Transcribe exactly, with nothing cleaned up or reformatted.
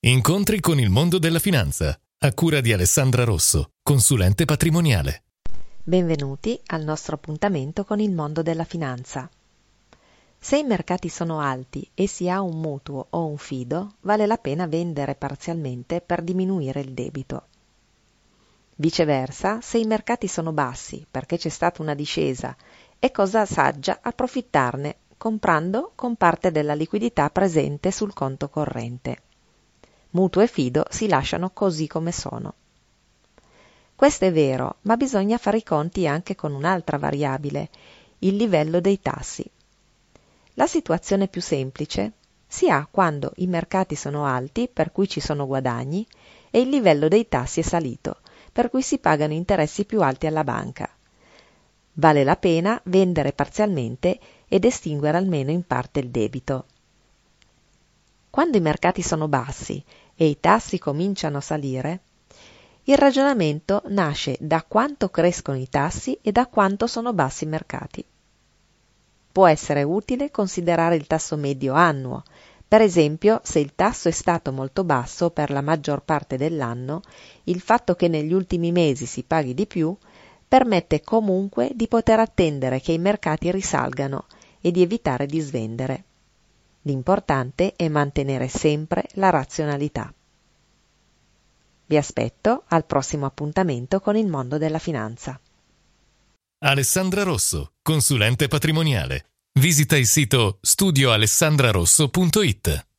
Incontri con il mondo della finanza, a cura di Alessandra Rosso, consulente patrimoniale. Benvenuti al nostro appuntamento con il mondo della finanza. Se i mercati sono alti e si ha un mutuo o un fido, vale la pena vendere parzialmente per diminuire il debito. Viceversa, se i mercati sono bassi perché c'è stata una discesa, è cosa saggia approfittarne comprando con parte della liquidità presente sul conto corrente. Mutuo e fido si lasciano così come sono. Questo è vero, ma bisogna fare i conti anche con un'altra variabile, il livello dei tassi. La situazione più semplice si ha quando i mercati sono alti, per cui ci sono guadagni, e il livello dei tassi è salito, per cui si pagano interessi più alti alla banca. Vale la pena vendere parzialmente ed estinguere almeno in parte il debito. Quando i mercati sono bassi e i tassi cominciano a salire, il ragionamento nasce da quanto crescono i tassi e da quanto sono bassi i mercati. Può essere utile considerare il tasso medio annuo. Per esempio, se il tasso è stato molto basso per la maggior parte dell'anno, il fatto che negli ultimi mesi si paghi di più permette comunque di poter attendere che i mercati risalgano e di evitare di svendere. L'importante è mantenere sempre la razionalità. Vi aspetto al prossimo appuntamento con il mondo della finanza. Alessandra Rosso, consulente patrimoniale. Visita il sito studio alessandra rosso punto it.